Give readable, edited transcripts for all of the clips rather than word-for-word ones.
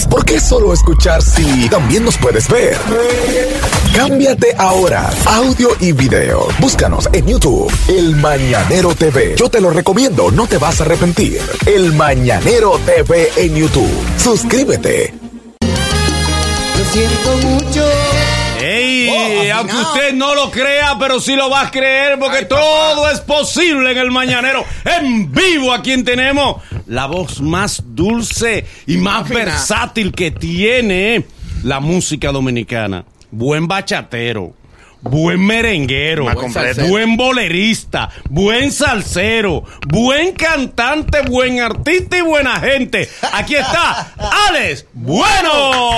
¿Por qué solo escuchar si también nos puedes ver? Cámbiate ahora, audio y video. Búscanos en YouTube, El Mañanero TV. Yo te lo recomiendo, no te vas a arrepentir. El Mañanero TV en YouTube. Suscríbete. Lo siento mucho. ¡Ey! Aunque usted no lo crea, pero sí lo va a creer, porque todo es posible en El Mañanero. En vivo, a quien tenemos la voz más dulce y más versátil que tiene la música dominicana. Buen bachatero, buen merenguero, buen bolerista, buen salsero, buen cantante, buen artista y buena gente. Aquí está Alex Bueno.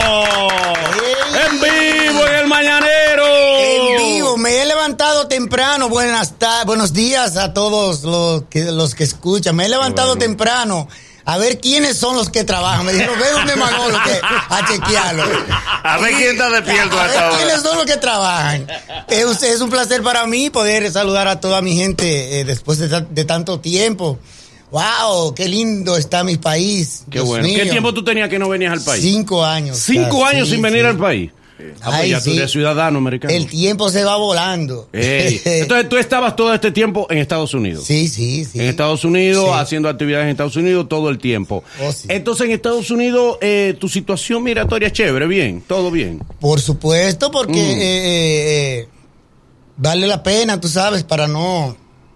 En vivo en El Mañanero. En vivo, me he levantado temprano. Buenos días a todos los que escuchan. Me he levantado temprano a ver quiénes son los que trabajan. Me dijeron, ve donde Manolo a chequearlo. A ver quién está despierto hasta ahora. ¿Quiénes son los que trabajan? Es un placer para mí poder saludar a toda mi gente después de tanto tiempo. ¡Wow! ¡Qué lindo está mi país! ¡Qué bueno! ¿Qué tiempo tú tenías que no venías al país? 5 años. 5 años sin venir al país. Pues ya tú eres ciudadano americano. El tiempo se va volando. Entonces tú estabas todo este tiempo en Estados Unidos. Sí. En Estados Unidos, haciendo actividades en Estados Unidos todo el tiempo. Sí. Entonces en Estados Unidos tu situación migratoria es chévere, bien, todo bien. Por supuesto, porque vale la pena, tú sabes, para no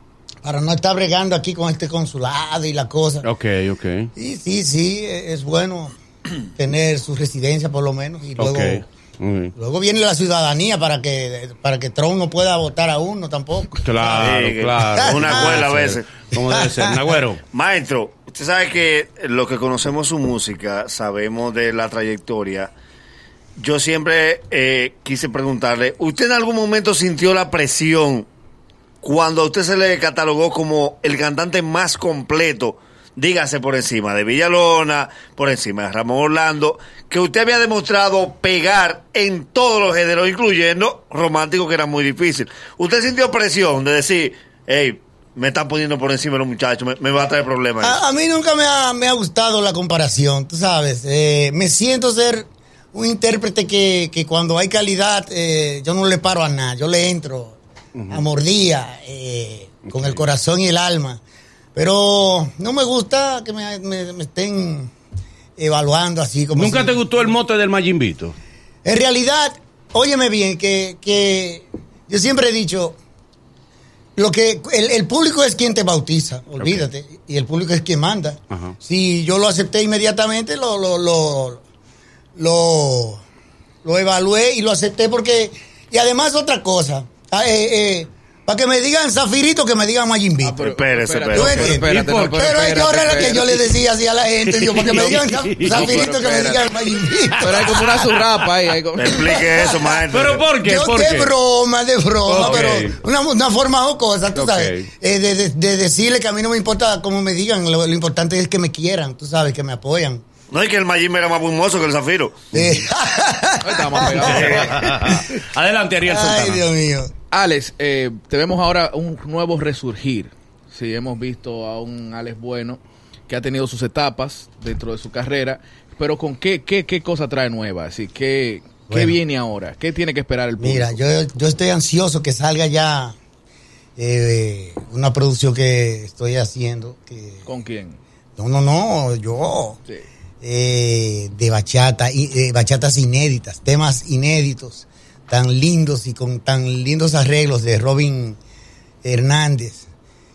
estar bregando aquí con este consulado y la cosa. Ok. Y sí, es bueno tener su residencia por lo menos y luego viene la ciudadanía para que Trump no pueda votar a uno tampoco. Claro. Una escuela a veces. ¿Cómo debe ser? Nagüero. Maestro, usted sabe que los que conocemos su música, sabemos de la trayectoria. Yo siempre quise preguntarle, ¿usted en algún momento sintió la presión cuando a usted se le catalogó como el cantante más completo? Dígase por encima de Villalona, por encima de Ramón Orlando, que usted había demostrado pegar en todos los géneros, incluyendo romántico, que era muy difícil. ¿Usted sintió presión de decir, hey, me están poniendo por encima de los muchachos, me va a traer problemas? A mí nunca me ha gustado la comparación, tú sabes. Me siento ser un intérprete que cuando hay calidad, yo no le paro a nada, yo le entro a mordida, con el corazón y el alma. Pero no me gusta que me estén evaluando así como. ¿Nunca te gustó el mote del Mayimbito? En realidad, óyeme bien, que yo siempre he dicho, el público es quien te bautiza, olvídate, y el público es quien manda. Ajá. Si yo lo acepté inmediatamente, lo evalué y lo acepté porque, y además otra cosa, para que me digan Zafirito, que me digan Mayimbito. Pero espérate. Pero es que ahora lo que yo le decía así a la gente, digo, para que me digan Zafirito, que me digan Mayimbito. Pero hay como una surrapa ahí. Explique eso, maestro. ¿Pero por qué? De broma, okay. Pero una forma jocosa, tú sabes. De decirle que a mí no me importa cómo me digan, lo importante es que me quieran, tú sabes, que me apoyan. No es que el Mayimbe era más hermoso que el Zafiro. Adelante, Ariel Sultana. Ay, Dios mío. Alex, te vemos ahora un nuevo resurgir. Sí, hemos visto a un Alex Bueno que ha tenido sus etapas dentro de su carrera, pero ¿con qué cosa trae nueva? Así que, ¿qué viene ahora? ¿Qué tiene que esperar el público? Mira, yo estoy ansioso que salga ya una producción que estoy haciendo. ¿Con quién? No, yo. Sí. De bachata, bachatas inéditas, temas inéditos, tan lindos y con tan lindos arreglos de Robin Hernández,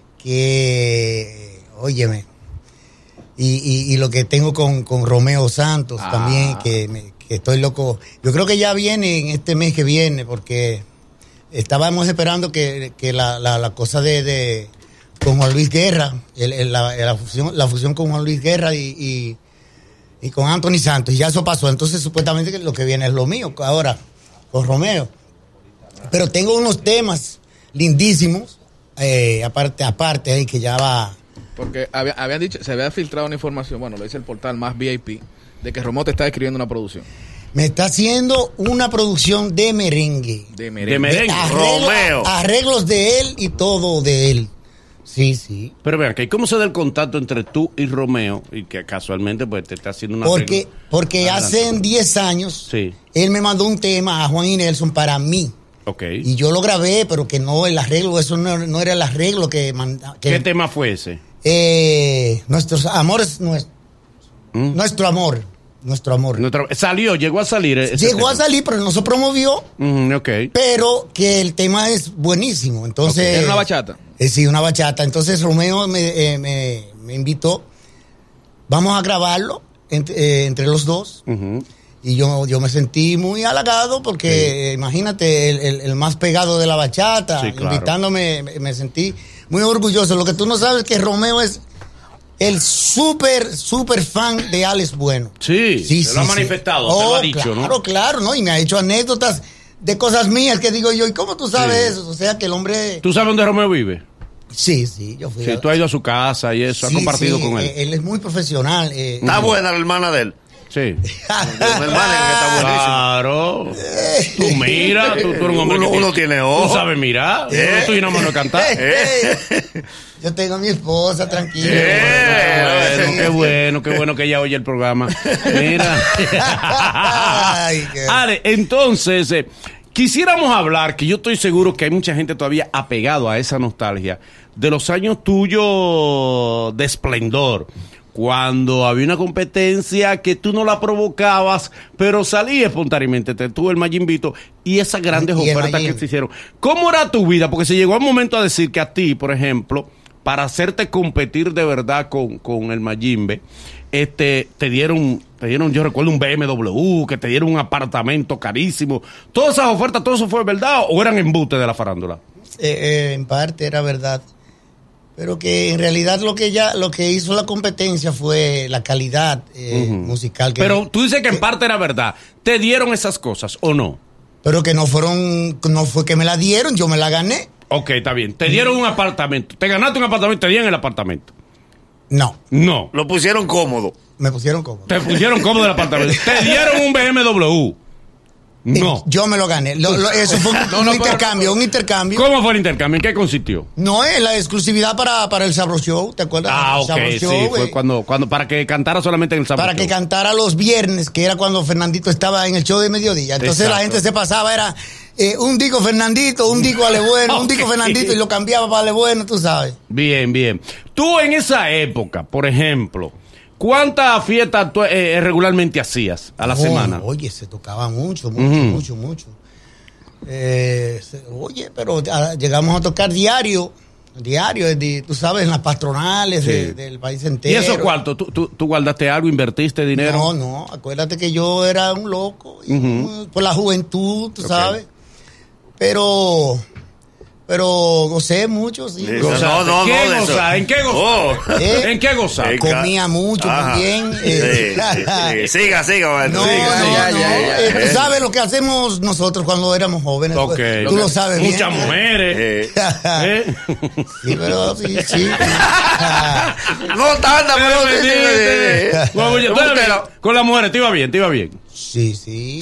que, óyeme, y lo que tengo con Romeo Santos también, que estoy loco. Yo creo que ya viene en este mes que viene, porque estábamos esperando que la cosa de con Juan Luis Guerra, la fusión con Juan Luis Guerra y con Anthony Santos, y ya eso pasó. Entonces supuestamente lo que viene es lo mío ahora con Romeo, pero tengo unos temas lindísimos aparte ahí que ya va, porque habían dicho, se había filtrado una información, bueno, lo dice el portal Más VIP, de que Romeo te está escribiendo una producción. Me está haciendo una producción de merengue. De merengue. Romeo. Arreglos de él y todo de él. Sí, sí. Pero vean, ¿cómo se da el contacto entre tú y Romeo? Y que casualmente pues te está haciendo una Porque hace 10 años sí. Él me mandó un tema a Juan y Nelson para mí. Okay. Y yo lo grabé, pero que no el arreglo, eso no era el arreglo que mandaba. ¿Qué tema fue ese? Nuestros amores, nuestro amor. Llegó a salir. Llegó a salir, pero no se promovió. Okay. Pero que el tema es buenísimo. Entonces. ¿Era una bachata? Sí, una bachata. Entonces Romeo me invitó. Vamos a grabarlo entre los dos. Y yo me sentí muy halagado porque, imagínate, el más pegado de la bachata, sí, claro. Invitándome, me sentí muy orgulloso. Lo que tú no sabes es que Romeo es el súper fan de Alex Bueno. Sí, se lo ha manifestado, te lo ha dicho, ¿no? Claro, ¿no? Y me ha hecho anécdotas de cosas mías que digo yo, ¿y cómo tú sabes eso? O sea, que el hombre... ¿Tú sabes dónde Romeo vive? Sí, yo fui. Sí, tú has ido a su casa y eso, has compartido con él. Él es muy profesional. Está buena la hermana de él. Sí. Mi hermana que está buenísima. Claro. Tú mira, tú eres un hombre uno tiene ojos. Tú sabes mirar. Tú y una mano de cantar. Yo tengo a mi esposa, tranquila. Qué bueno que ella oye el programa. Mira. Ale, entonces, quisiéramos hablar, que yo estoy seguro que hay mucha gente todavía apegado a esa nostalgia, de los años tuyos de esplendor. Cuando había una competencia que tú no la provocabas, pero salía espontáneamente, te tuvo el Mayimbito y esas grandes ofertas que se hicieron. ¿Cómo era tu vida? Porque se llegó al momento a decir que a ti, por ejemplo, para hacerte competir de verdad con el Mayimbe, te dieron, yo recuerdo un BMW, que te dieron un apartamento carísimo. Todas esas ofertas, ¿todo eso fue verdad o eran embustes de la farándula? En parte era verdad. Pero que en realidad lo que hizo la competencia fue la calidad musical. Pero tú dices que en parte era verdad. ¿Te dieron esas cosas o no? Pero que no fue que me la dieron, yo me la gané. Ok, está bien. Te dieron un apartamento. Te ganaste un apartamento, te dieron el apartamento. No. Lo pusieron cómodo. Me pusieron cómodo. Te pusieron cómodo el apartamento. Te dieron un BMW. No. Yo me lo gané. Eso fue un intercambio. ¿Cómo fue el intercambio? ¿En qué consistió? No, es la exclusividad para el Sabro Show, ¿te acuerdas? Ok, Show, fue cuando para que cantara solamente en el Sabro Show. Para que cantara los viernes, que era cuando Fernandito estaba en el show de mediodía. Entonces la gente se pasaba, era un disco Fernandito, un disco Ale Bueno, un disco Fernandito, y lo cambiaba para Ale Bueno, tú sabes. Bien. Tú en esa época, por ejemplo, ¿cuántas fiestas regularmente hacías a la semana? Oye, se tocaba mucho. Pero llegamos a tocar diario, tú sabes, en las patronales del país entero. ¿Y esos cuartos? ¿Tú guardaste algo, invertiste dinero? No, acuérdate que yo era un loco, por la juventud, tú sabes. Pero gocé mucho, sí. ¿En qué gozar? ¿En qué gozar? Comía mucho también. Siga. No. Tú sabes lo que hacemos nosotros cuando éramos jóvenes. Okay. Tú lo sabes bien. Muchas mujeres. Sí, pero sí. No tanta, pero con las mujeres, te iba bien. Sí.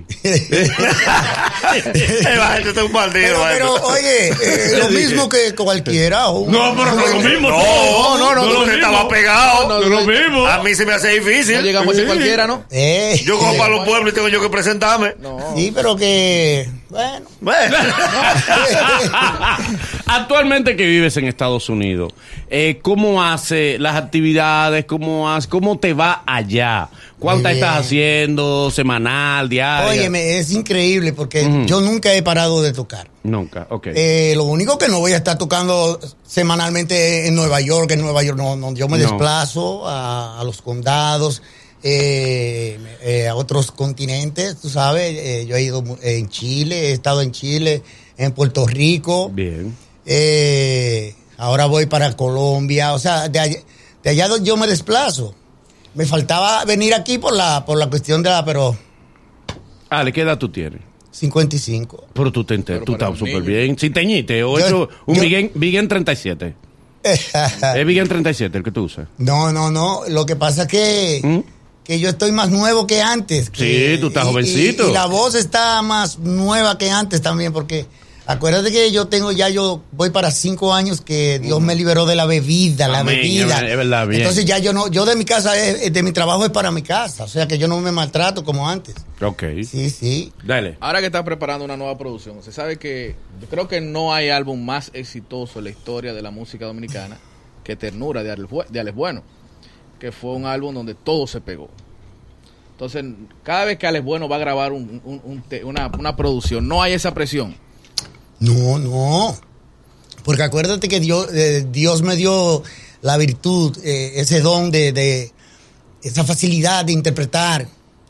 Este un bandido. Pero oye, lo mismo que cualquiera. No, pero no lo mismo. No, estaba pegado. No lo mismo. A mí se me hace difícil. No llegamos a ser cualquiera, ¿no? Yo como para los pueblos y tengo yo que presentarme. No. Sí, pero que... Bueno. Actualmente que vives en Estados Unidos, ¿cómo hace las actividades? ¿Cómo te va allá? ¿Cuántas estás haciendo? ¿Semanal, diaria? Óyeme, es increíble porque yo nunca he parado de tocar. Nunca, ok. Lo único que no voy a estar tocando semanalmente en Nueva York. No, yo me desplazo a los condados, a otros continentes, tú sabes. Yo he ido en Chile, he estado en Chile, en Puerto Rico. Bien. Ahora voy para Colombia. O sea, de allá yo me desplazo. Me faltaba venir aquí por la cuestión pero... Ale, ¿qué edad tú tienes? 55. Pero tú estás súper bien. Sin teñite, Vigen 37. ¿Es Vigen 37 el que tú usas? No. Lo que pasa es que yo estoy más nuevo que antes. Sí, tú estás jovencito. Y la voz está más nueva que antes también, porque Acuérdate que yo voy para 5 años que Dios me liberó de la bebida, Amén, la bebida. es verdad, bien. Entonces ya yo de mi casa, de mi trabajo es para mi casa. O sea que yo no me maltrato como antes. Ok. Sí. Dale. Ahora que estás preparando una nueva producción, se sabe que yo creo que no hay álbum más exitoso en la historia de la música dominicana que Ternura de Alex Bueno, que fue un álbum donde todo se pegó. Entonces, cada vez que Alex Bueno va a grabar una producción, no hay esa presión. No. Porque acuérdate que Dios me dio la virtud, ese don de esa facilidad de interpretar,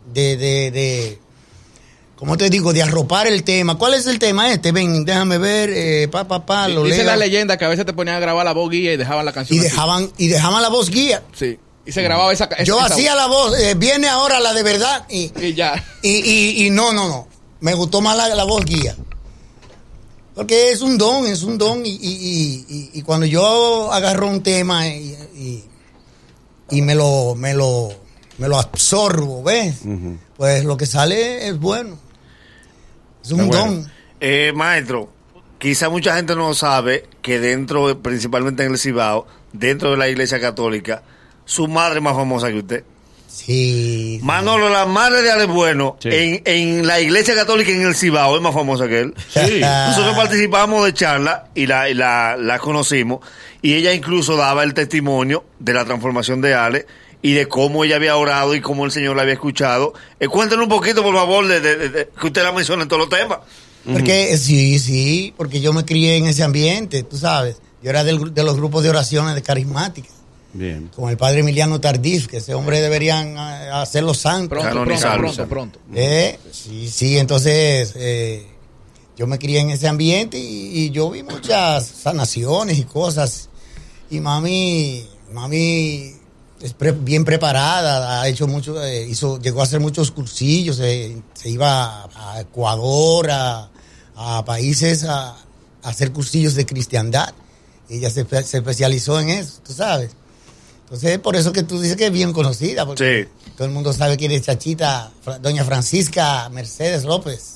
¿cómo te digo? De arropar el tema. ¿Cuál es el tema este? Ven, déjame ver, lo Dice leo. la leyenda que a veces te ponían a grabar la voz guía y dejaban la canción. Y dejaban la voz guía. Sí. Y se grababa esa. Yo hacía la voz, viene ahora la de verdad. Y ya. Y no. Me gustó más la voz guía. Porque es un don. Y cuando yo agarro un tema y me lo absorbo, ¿ves? Uh-huh. Pues lo que sale es bueno. Es un don. Maestro, quizá mucha gente no sabe que dentro, principalmente en el Cibao, dentro de la Iglesia Católica, su madre es más famosa que usted. Sí. Manolo, la madre de Alex Bueno, sí. en la Iglesia Católica en el Cibao es más famosa que él. Sí. Nosotros participamos de charla y la conocimos, y ella incluso daba el testimonio de la transformación de Alex y de cómo ella había orado y cómo el Señor la había escuchado. Cuéntenos un poquito, por favor, de que usted la menciona en todos los temas. Porque sí, porque yo me crié en ese ambiente, tú sabes. Yo era de los grupos de oraciones de carismáticas. Bien. Con el padre Emiliano Tardif, que ese hombre deberían hacerlo santo. Pronto. Sí, entonces yo me crié en ese ambiente y yo vi muchas sanaciones y cosas. Y mami es bien preparada, ha hecho mucho, llegó a hacer muchos cursillos, se iba a Ecuador, a países a hacer cursillos de cristiandad. Ella se especializó en eso, tú sabes. Entonces, por eso que tú dices que es bien conocida, porque sí. Todo el mundo sabe quién es Chachita, doña Francisca Mercedes López.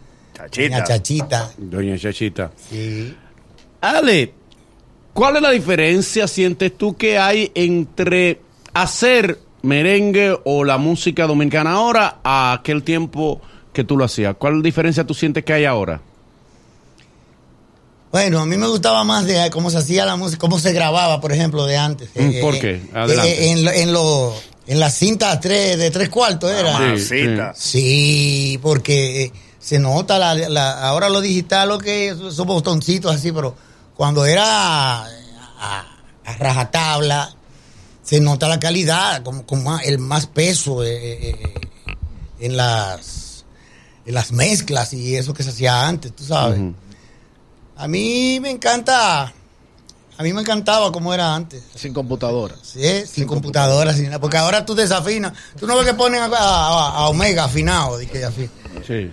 Doña Chachita. Sí. Ale, ¿cuál es la diferencia, sientes tú, que hay entre hacer merengue o la música dominicana ahora a aquel tiempo que tú lo hacías? ¿Cuál diferencia tú sientes que hay ahora? Bueno, a mí me gustaba más de cómo se hacía la música, cómo se grababa, por ejemplo, de antes. ¿Por qué? Adelante. En las cintas de 3/4 era. Sí, porque se nota ahora lo digital, lo que esos botoncitos así, pero cuando era a rajatabla, se nota la calidad, con más peso en las mezclas y eso que se hacía antes, tú sabes. Uh-huh. A mí me encantaba como era antes. Sin computadora. Sí, sin computadora, sin nada. Porque ahora tú desafinas. Tú no ves que ponen a Omega afinado. Sí.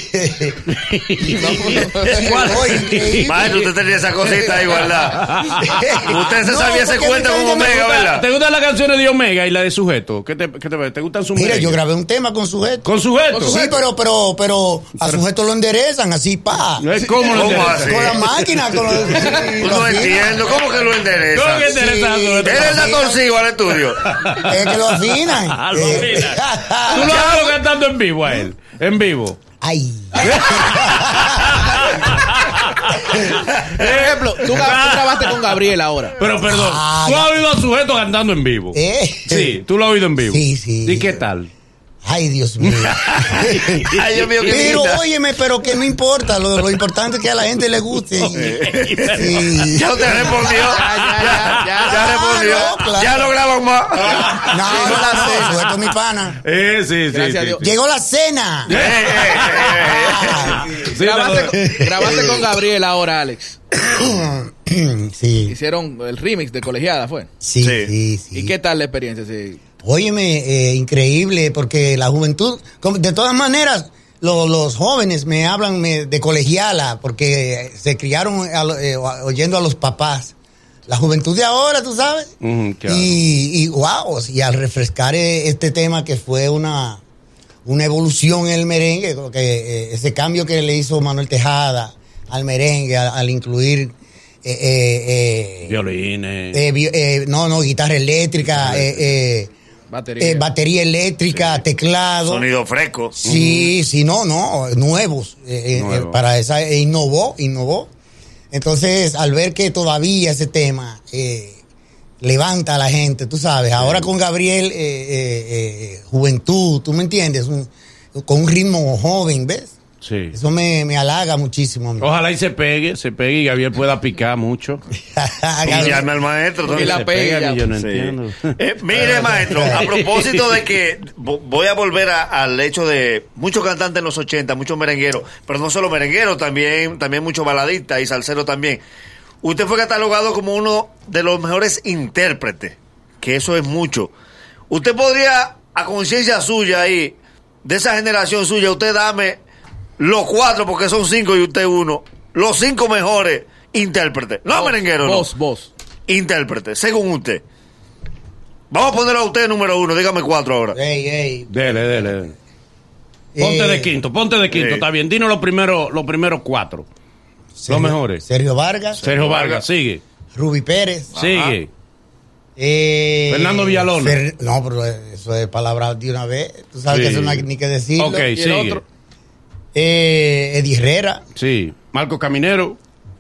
Maestro, usted tenía esa cosita ahí, ¿verdad? Usted se sabía ese cuento con Omega, ¿verdad? ¿Te gustan las canciones de Omega y la de Sujeto? ¿Te gustan sus Mira, yo grabé un tema con Sujeto. ¿Con Sujeto? Sí, pero a Sujeto lo enderezan así, pa. ¿Cómo lo enderezan? Con la máquina. No entiendo, ¿cómo que lo enderezan? ¿Cómo que enderezan a Sujeto? Él es torcido al estudio. Es que lo afinan. Lo afinan. Tú lo hagas cantando en vivo a él. En vivo. Ay. Por ejemplo, tú grabaste con Gabriel ahora. Pero perdón, ¿tú has oído a Sujeto cantando en vivo? Sí, tú lo has oído en vivo. Sí. ¿Y qué tal? Ay, Dios mío. Ay, Dios mío, pero óyeme, pero que no importa. Lo importante es que a la gente le guste. Sí. Ya usted respondió. Ya respondió. Claro. Ya no graban más. No, esto es mi pana. Sí. Gracias a Dios. Llegó la cena. Grabaste con Gabriel ahora, Alex. Sí. Hicieron el remix de Colegiada, ¿fue? Sí. ¿Y qué tal la experiencia? Sí. Óyeme, increíble, porque la juventud, de todas maneras, los jóvenes me hablan de colegiala, porque se criaron oyendo a los papás. La juventud de ahora, tú sabes. Claro. Y wow, y al refrescar este tema que fue una evolución en el merengue, ese cambio que le hizo Manuel Tejada al merengue, al incluir violines, guitarra eléctrica, batería eléctrica, teclado, sonido fresco. Sí, nuevos. Para esa innovó. Entonces, al ver que todavía ese tema levanta a la gente, tú sabes, ahora con Gabriel, juventud, ¿tú me entiendes? Con un ritmo joven, ¿ves? Sí. Eso me halaga muchísimo a mí. Ojalá y se pegue y Gabriel pueda picar mucho. Y llame al maestro. Y la pega. Yo no entiendo. Mire, maestro, a propósito de que voy a volver al hecho de muchos cantantes en los 80, muchos merengueros, pero no solo merengueros, también muchos baladistas y salseros también. Usted fue catalogado como uno de los mejores intérpretes, que eso es mucho. Usted podría, a conciencia suya ahí, de esa generación suya, usted dame los 4, porque son 5 y usted 1, los 5 mejores intérpretes. No merengueros, Vos. Intérpretes, según usted. Vamos a ponerlo a usted número 1, dígame 4 ahora. Ey. Dele. Ponte de quinto, está bien. Dinos los primeros 4. Los mejores. Sergio Vargas, sigue. Rubí Pérez, Sigue. Fernando Villalona. No, pero eso es palabra de una vez. Tú sabes que eso no hay ni que decirlo. Ok, ¿Y sigue. el otro? Eddie Herrera. Sí. Marco Caminero.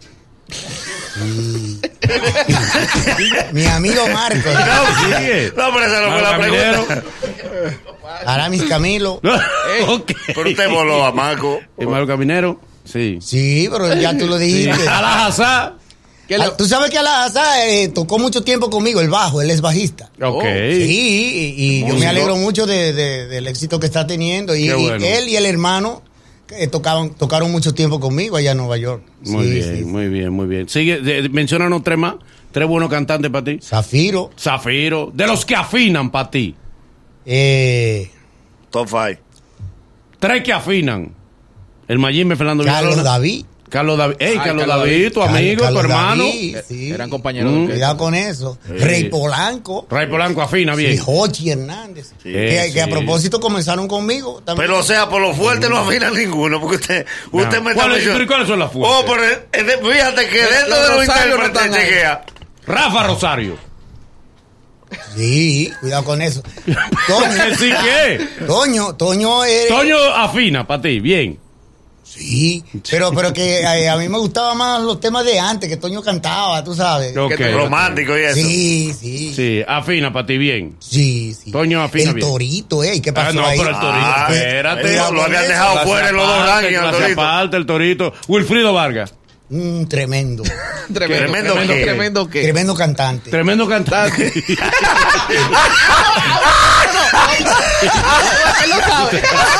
Mi amigo Marco. Sigue. No, pero esa no fue la pregunta. Aramis Camilo. Okay. Pero usted voló a Marco. ¿Y Marco Caminero? Sí. Sí, pero ya tú lo dijiste. Sí. Alajazá. Tú sabes que Alajazá tocó mucho tiempo conmigo, el bajo, él es bajista. Ok. Sí, y yo me alegro mucho del éxito que está teniendo. Y él y el hermano tocaron mucho tiempo conmigo allá en Nueva York. Muy bien. Sigue, menciónanos 3 más. 3 buenos cantantes para ti. Zafiro. De los que afinan para ti. Top 5. 3 que afinan. El Mayimbe, Fernando Villalona. Carlos David. Carlos David, tu amigo, tu hermano. David, sí. Eran compañeros. Cuidado con eso. Rey Polanco afina bien. Y Jochi Hernández. Que a propósito comenzaron conmigo también. Pero o sea, por lo fuerte no afina ninguno, porque usted me está diciendo. ¿Cuáles son las fuertes? Pero fíjate que dentro de los intérpretes chequea. Rafa Rosario. Sí, cuidado con eso. Toño afina para ti, bien. Sí, pero que a mí me gustaban más los temas de antes, que Toño cantaba, tú sabes. Okay. Romántico y eso. Sí, afina para ti bien. Sí. Toño afina el bien. Torito, ¿qué pasó ahí? Pero el Torito, espérate. Lo habían dejado fuera en los 2 rankings, el Torito. Aparte, el Torito. Wilfrido Vargas. Tremendo. Tremendo cantante. Tremendo cantante. Él lo sabe.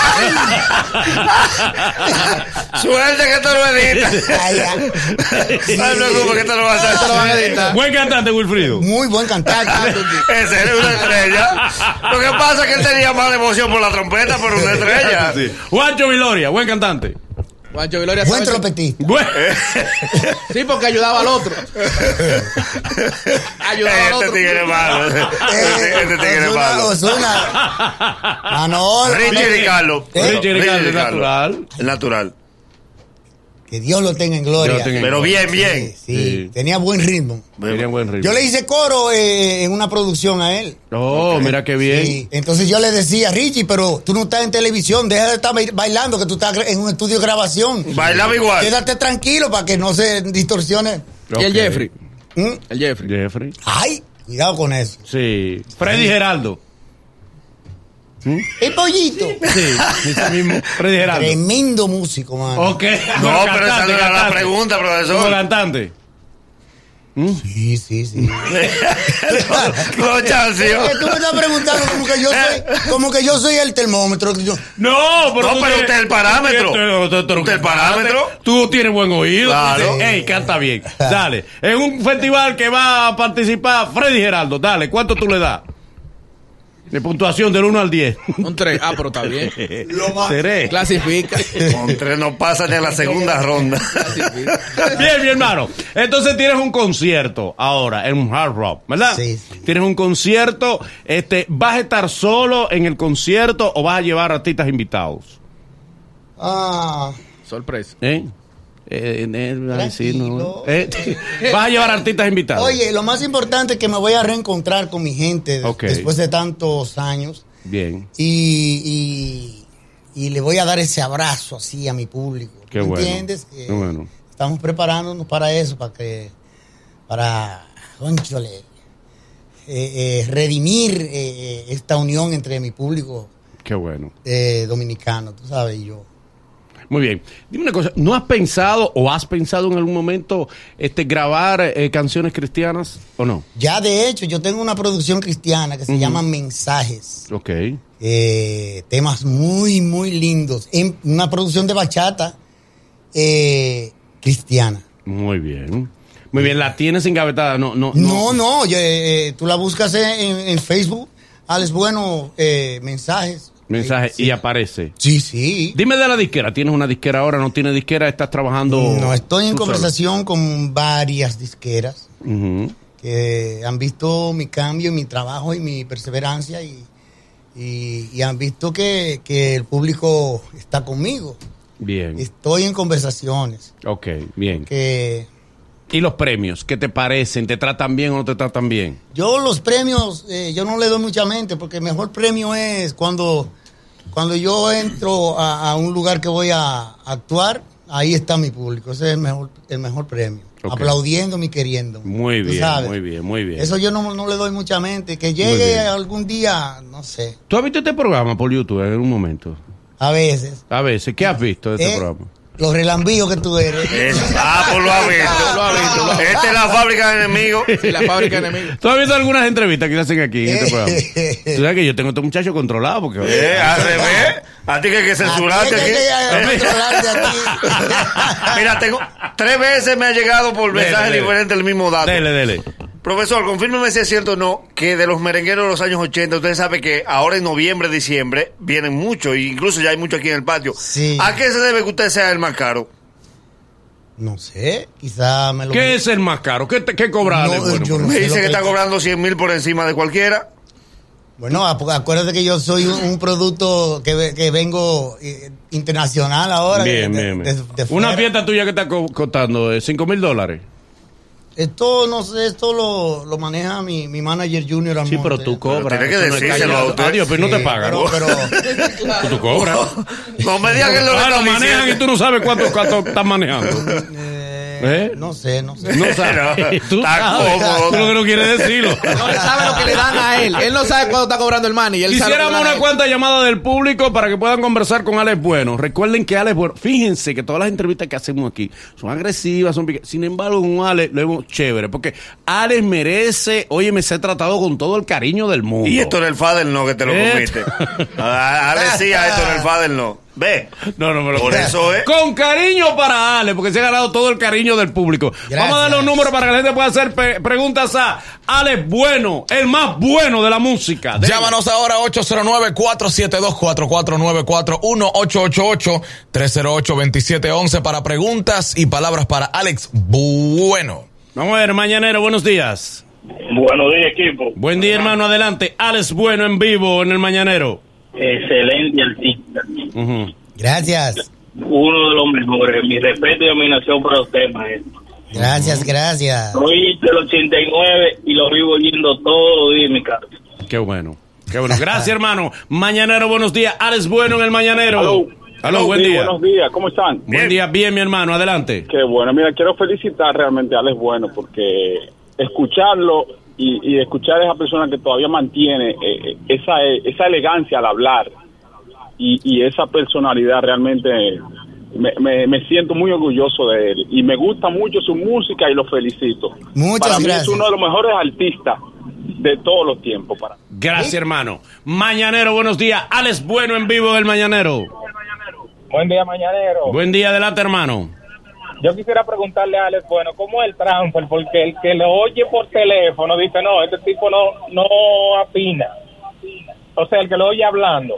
Suerte que te lo edita. No te preocupes que te lo vas a editar. Buen cantante, Wilfrido. Muy buen cantante. Ese es una estrella. Lo que pasa es que él tenía más emoción por la trompeta, por una estrella. Sí. Juancho Viloria, buen cantante. Juancho Viloria. Buen trompetista. Sí, porque ayudaba al otro. Este tigre malo. Este tigre malo. Richie Ricardo. Richie Ricardo, el natural. Que Dios lo tenga en gloria. Pero bien. Sí. Tenía buen ritmo. Yo le hice coro en una producción a él. Mira qué bien. Sí. Entonces yo le decía, Richie, pero tú no estás en televisión, deja de estar bailando, que tú estás en un estudio de grabación. Bailaba igual. Quédate tranquilo para que no se distorsione. ¿Y el Jeffrey? El Jeffrey. Ay, cuidado con eso. Sí. Freddy Geraldo. El pollito. Sí, ese mismo. Freddy Geraldo. Tremendo músico, mano. Ok. No, pero esa no era la pregunta, profesor. ¿Como cantante? Sí. No, Chancio. Tú me estás preguntando como que yo soy el termómetro. No, pero usted es el parámetro. Usted es el parámetro. Tú tienes buen oído. Claro. Canta bien. Dale. En un festival que va a participar Freddy Geraldo, dale, ¿cuánto tú le das? De puntuación del 1 al 10. Un 3. Pero está bien. Clasifica. Con 3 no pasa ni a la segunda ronda. Bien, mi hermano. Entonces tienes un concierto ahora en un Hard Rock, ¿verdad? Sí. Tienes un concierto. ¿Vas a estar solo en el concierto o vas a llevar artistas invitados? Sorpresa. Vas a llevar artistas invitados. Oye, lo más importante es que me voy a reencontrar con mi gente después de tantos años. Bien. Y le voy a dar ese abrazo así a mi público. Qué bueno. ¿Entiendes? Qué bueno. Estamos preparándonos para eso, cónchale, redimir esta unión entre mi público. Qué bueno. Dominicano, tú sabes, y yo. Muy bien. Dime una cosa, ¿no has pensado o has pensado en algún momento grabar canciones cristianas o no? Ya de hecho, yo tengo una producción cristiana que se llama Mensajes. Ok. Temas muy, muy lindos. En una producción de bachata cristiana. Muy bien. Muy bien, ¿la tienes engavetada? No. Tú la buscas en Facebook, Alex Bueno, Mensajes. Y aparece. Sí. Dime de la disquera. ¿Tienes una disquera ahora? ¿No tienes disquera? ¿Estás trabajando? No, estoy en conversación con varias disqueras que han visto mi cambio, mi trabajo y mi perseverancia y han visto que el público está conmigo. Bien. Estoy en conversaciones. Ok, bien. ¿Y los premios? ¿Qué te parecen? ¿Te tratan bien o no te tratan bien? Yo los premios, yo no le doy mucha mente porque el mejor premio es cuando yo entro a un lugar que voy a actuar, ahí está mi público. Ese es el mejor premio. Okay. Aplaudiéndome y queriéndome. Muy bien. Eso yo no le doy mucha mente. Que llegue algún día, no sé. ¿Tú has visto este programa por YouTube en un momento? A veces. ¿Qué has visto de este programa? Los relambíos que tú eres. Pues lo ha visto. Esta es la fábrica de enemigos. Sí, la fábrica de enemigos. ¿Tú has visto algunas entrevistas que se hacen aquí en este programa? Tú sabes que yo tengo a estos muchachos controlados porque... al revés. A ti que hay que censurarte aquí. Mira, tengo 3 veces me ha llegado por mensaje diferente el mismo dato. Dele. Profesor, confírmeme si es cierto o no que de los merengueros de los años 80, usted sabe que ahora en noviembre, diciembre, vienen muchos, incluso ya hay muchos aquí en el patio. Sí. ¿A qué se debe que usted sea el más caro? No sé, quizá me lo... ¿Qué es el más caro? ¿Qué cobra? Me dice que está cobrando 100,000 por encima de cualquiera. Bueno, acuérdate que yo soy un producto que vengo internacional ahora. Bien. Una fiesta tuya que está costando $5,000. Esto, no sé, lo maneja mi manager Junior Almonte. Sí, pero tú cobras. Tiene que decírselo a usted. Adiós, pero no te pagan. Pero tú cobras. No me digas que lo manejan diciendo. Y tú no sabes cuánto estás manejando. No sé. No sabes. Tú lo que no quieres decirlo. No sabe lo que le dan a él. Él no sabe cuánto está cobrando el money. Quisiéramos una cuanta llamada del público para que puedan conversar con Alex Bueno. Recuerden que Alex Bueno, fíjense que todas las entrevistas que hacemos aquí son agresivas, son picantes. Sin embargo, con Alex lo vemos chévere, porque Alex merece, me se ha tratado con todo el cariño del mundo. Y esto en el Fader no, que te lo comiste. Alex sí, esto en el Fader no. Ve. No me lo Por eso es. Con cariño para Ale, porque se ha ganado todo el cariño del público. Gracias. Vamos a dar los números para que la gente pueda hacer preguntas a Alex Bueno, el más bueno de la música. Llámanos ahora 809-472-4494, 1-888-308-2711 para preguntas y palabras para Alex Bueno. Vamos a ver, Mañanero, buenos días. Buenos días, equipo. Buen día, hermano, adelante. Alex Bueno en vivo en el Mañanero. Excelente artista. Gracias. Uno de los mejores. Mi respeto y admiración para usted, maestro. Gracias. Soy del 89 y lo vivo oyendo todo el día en mi casa. Qué bueno. Gracias, hermano. Mañanero, buenos días. Alex Bueno en el Mañanero. Aló, buen día. Buenos días, ¿cómo están? Buen día, bien, mi hermano, adelante. Qué bueno, mira, quiero felicitar realmente a Alex Bueno porque escucharlo y escuchar a esa persona que todavía mantiene esa elegancia al hablar y esa personalidad, realmente me siento muy orgulloso de él y me gusta mucho su música y lo felicito. Muchas gracias. Es uno de los mejores artistas de todos los tiempos. Gracias, hermano. Mañanero, buenos días. Alex Bueno en vivo del Mañanero. Buen día, Mañanero. Buen día, adelante, hermano. Yo quisiera preguntarle a Alex Bueno, ¿cómo es el transfer? Porque el que lo oye por teléfono dice, no, este tipo no apina. O sea, el que lo oye hablando.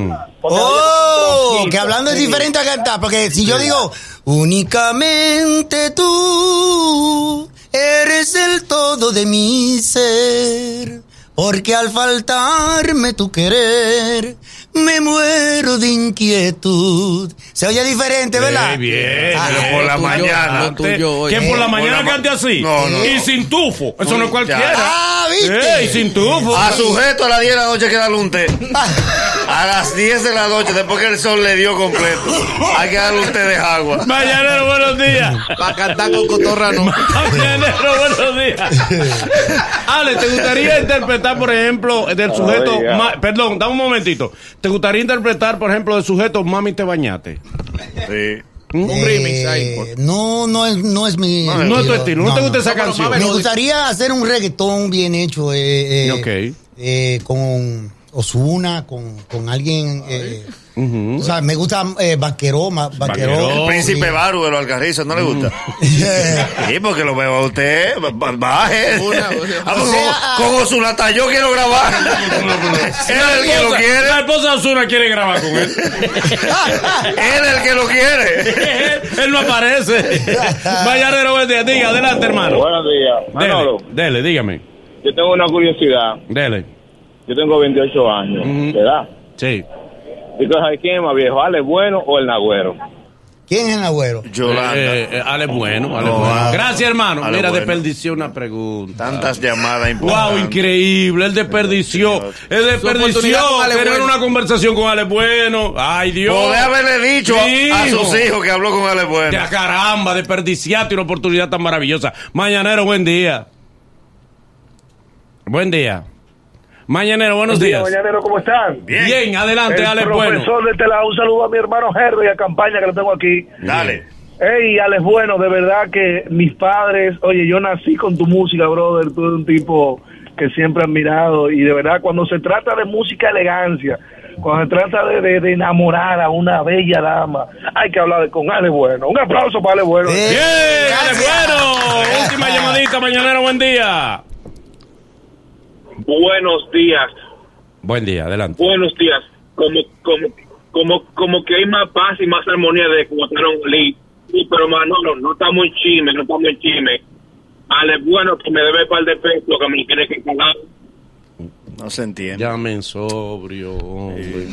Que hablando es diferente a cantar. Porque si yo digo, únicamente tú eres el todo de mi ser, porque al faltarme tu querer, me muero de inquietud. Se oye diferente, ¿verdad? Bien, pero por la mañana. ¿Que por la mañana cante así? No. Y sin tufo. Eso no es cualquiera. ¿viste? Y sin tufo. A sujeto a las 10 de la noche que darle un té. A las 10 de la noche, después que el sol le dio completo, hay que darle un té de agua. Mañanero, buenos días. Para cantar con cotorra no. Mañanero, buenos días. Ale, ¿te gustaría interpretar, por ejemplo, del sujeto... Perdón, dame un momentito. ¿Te gustaría interpretar, por ejemplo, del sujeto Mami te bañaste? Sí. Un remix ahí. No es mi... No es tu estilo. ¿No te gusta esa canción? Me gustaría hacer un reggaetón bien hecho. Con Ozuna, con alguien... O sea, me gusta Vaqueró. El príncipe Baru de los Alcarrizos, ¿no le gusta? Sí, porque lo veo a usted, baje. Con Ozuna yo quiero grabar. Él es el que lo quiere. La esposa de Ozuna quiere grabar con él. Él es el que lo quiere. Él no aparece. Mañanero, buen día. Diga, adelante, hermano. Buenos días. Manolo. Dele, dígame. Yo tengo una curiosidad. Dele. Yo tengo 28 años, ¿verdad? Sí. ¿Y tú sabes quién es más viejo, Ale Bueno o el Nagüero? ¿Quién es el Nagüero? Yolanda. Ale Bueno. Gracias, hermano. Mira, desperdició una pregunta. Tantas llamadas importantes. Wow, increíble. Él desperdició tener una conversación con Ale Bueno. Ay, Dios. Podría haberle dicho a sus hijos que habló con Ale Bueno. Ya, caramba, desperdiciaste una oportunidad tan maravillosa. Mañanero, buen día. Buen día. Mañanero, buenos días. Mañanero, ¿cómo están? Bien, adelante, Ale Bueno. Profesor de Tela, un saludo a mi hermano Herbert y a Campaña que lo tengo aquí. Dale. Ey, Alex Bueno, de verdad que mis padres, oye, yo nací con tu música, brother, tú eres un tipo que siempre he admirado y de verdad cuando se trata de música elegancia, cuando se trata de enamorar a una bella dama, hay que hablar con Alex Bueno. Un aplauso para Alex Bueno. ¡Bien, Alex Bueno! Última llamadita, Mañanero, buen día. Buenos días. Buen día, adelante. Buenos días. Como que hay más paz y más armonía de como fueron Lee. Sí, pero Manolo, no estamos en chisme. Ale, bueno, que me debe un par de pesos que me tiene que pagar. No se entiende. Llamen sobrio, hombre.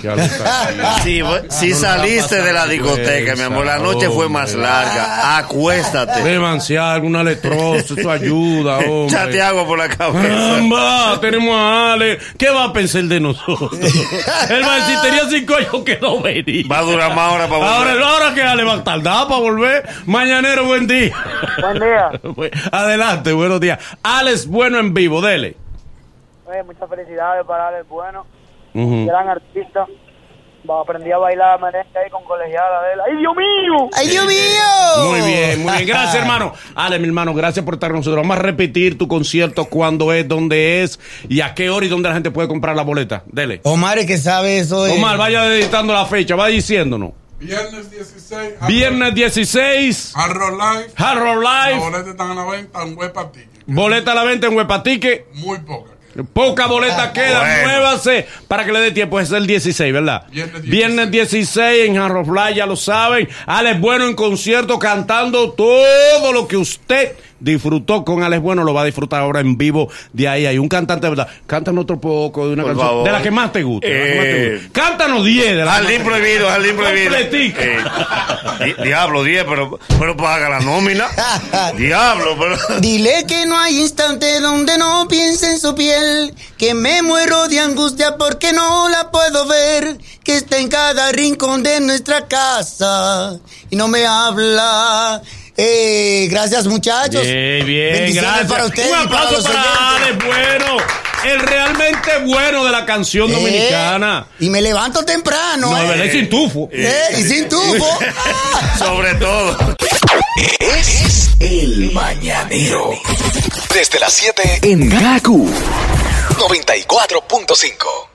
Si saliste de la discoteca, mi amor, la noche fue más larga. Acuéstate. Bebanciar alguna letrosa, eso ayuda, hombre. Échate agua por la cabeza. Tenemos a Ale. ¿Qué va a pensar de nosotros? Él va a decir, tenía 5 años que no venía. Va a durar más horas para volver. Ahora que Ale va a tardar para volver. Mañanero, buen día. Buen día. Adelante, buenos días. Alex Bueno en vivo, dele. Muchas felicidades para Alex Bueno, gran artista. Aprendí a bailar merengue ahí con colegiala de él. ¡Ay, Dios mío! ¡Ay, Dios mío! Muy bien. Gracias, hermano. Ale, mi hermano, gracias por estar con nosotros. Vamos a repetir tu concierto, cuándo es, dónde es y a qué hora y dónde la gente puede comprar la boleta. Dele. Omar es que sabe eso. Omar, vaya editando la fecha, va diciéndonos. Viernes 16. Viernes 16. Hard Rock Live. Las boletas están a la venta en Huepa Ticket. Boleta a la venta en Huepa Ticket. Muy poca. Poca boleta queda, muévase para que le dé tiempo. Es el 16, ¿verdad? Viernes 16 en Hard Rock Live, ya lo saben. Alex Bueno en concierto cantando todo lo que usted disfrutó con Alex Bueno, lo va a disfrutar ahora en vivo. De ahí hay un cantante, ¿verdad? Cántanos otro poco de una canción. Favor. De la que más te guste. Cántanos 10 de la Jardín Prohibido, Jardín Prohibido. Diablo, 10, pero paga la nómina. Diablo, pero. Dile que no hay instante donde no piense en su piel, que me muero de angustia porque no la puedo ver, que está en cada rincón de nuestra casa y no me habla. Gracias, muchachos. Bien, gracias. Para ustedes. Un aplauso para Alex Bueno, el realmente bueno de la canción dominicana. Y me levanto temprano. No, y sin tufo. Y sin tufo. Sobre todo. Es El Mañanero. Desde las 7 en GACU 94.5.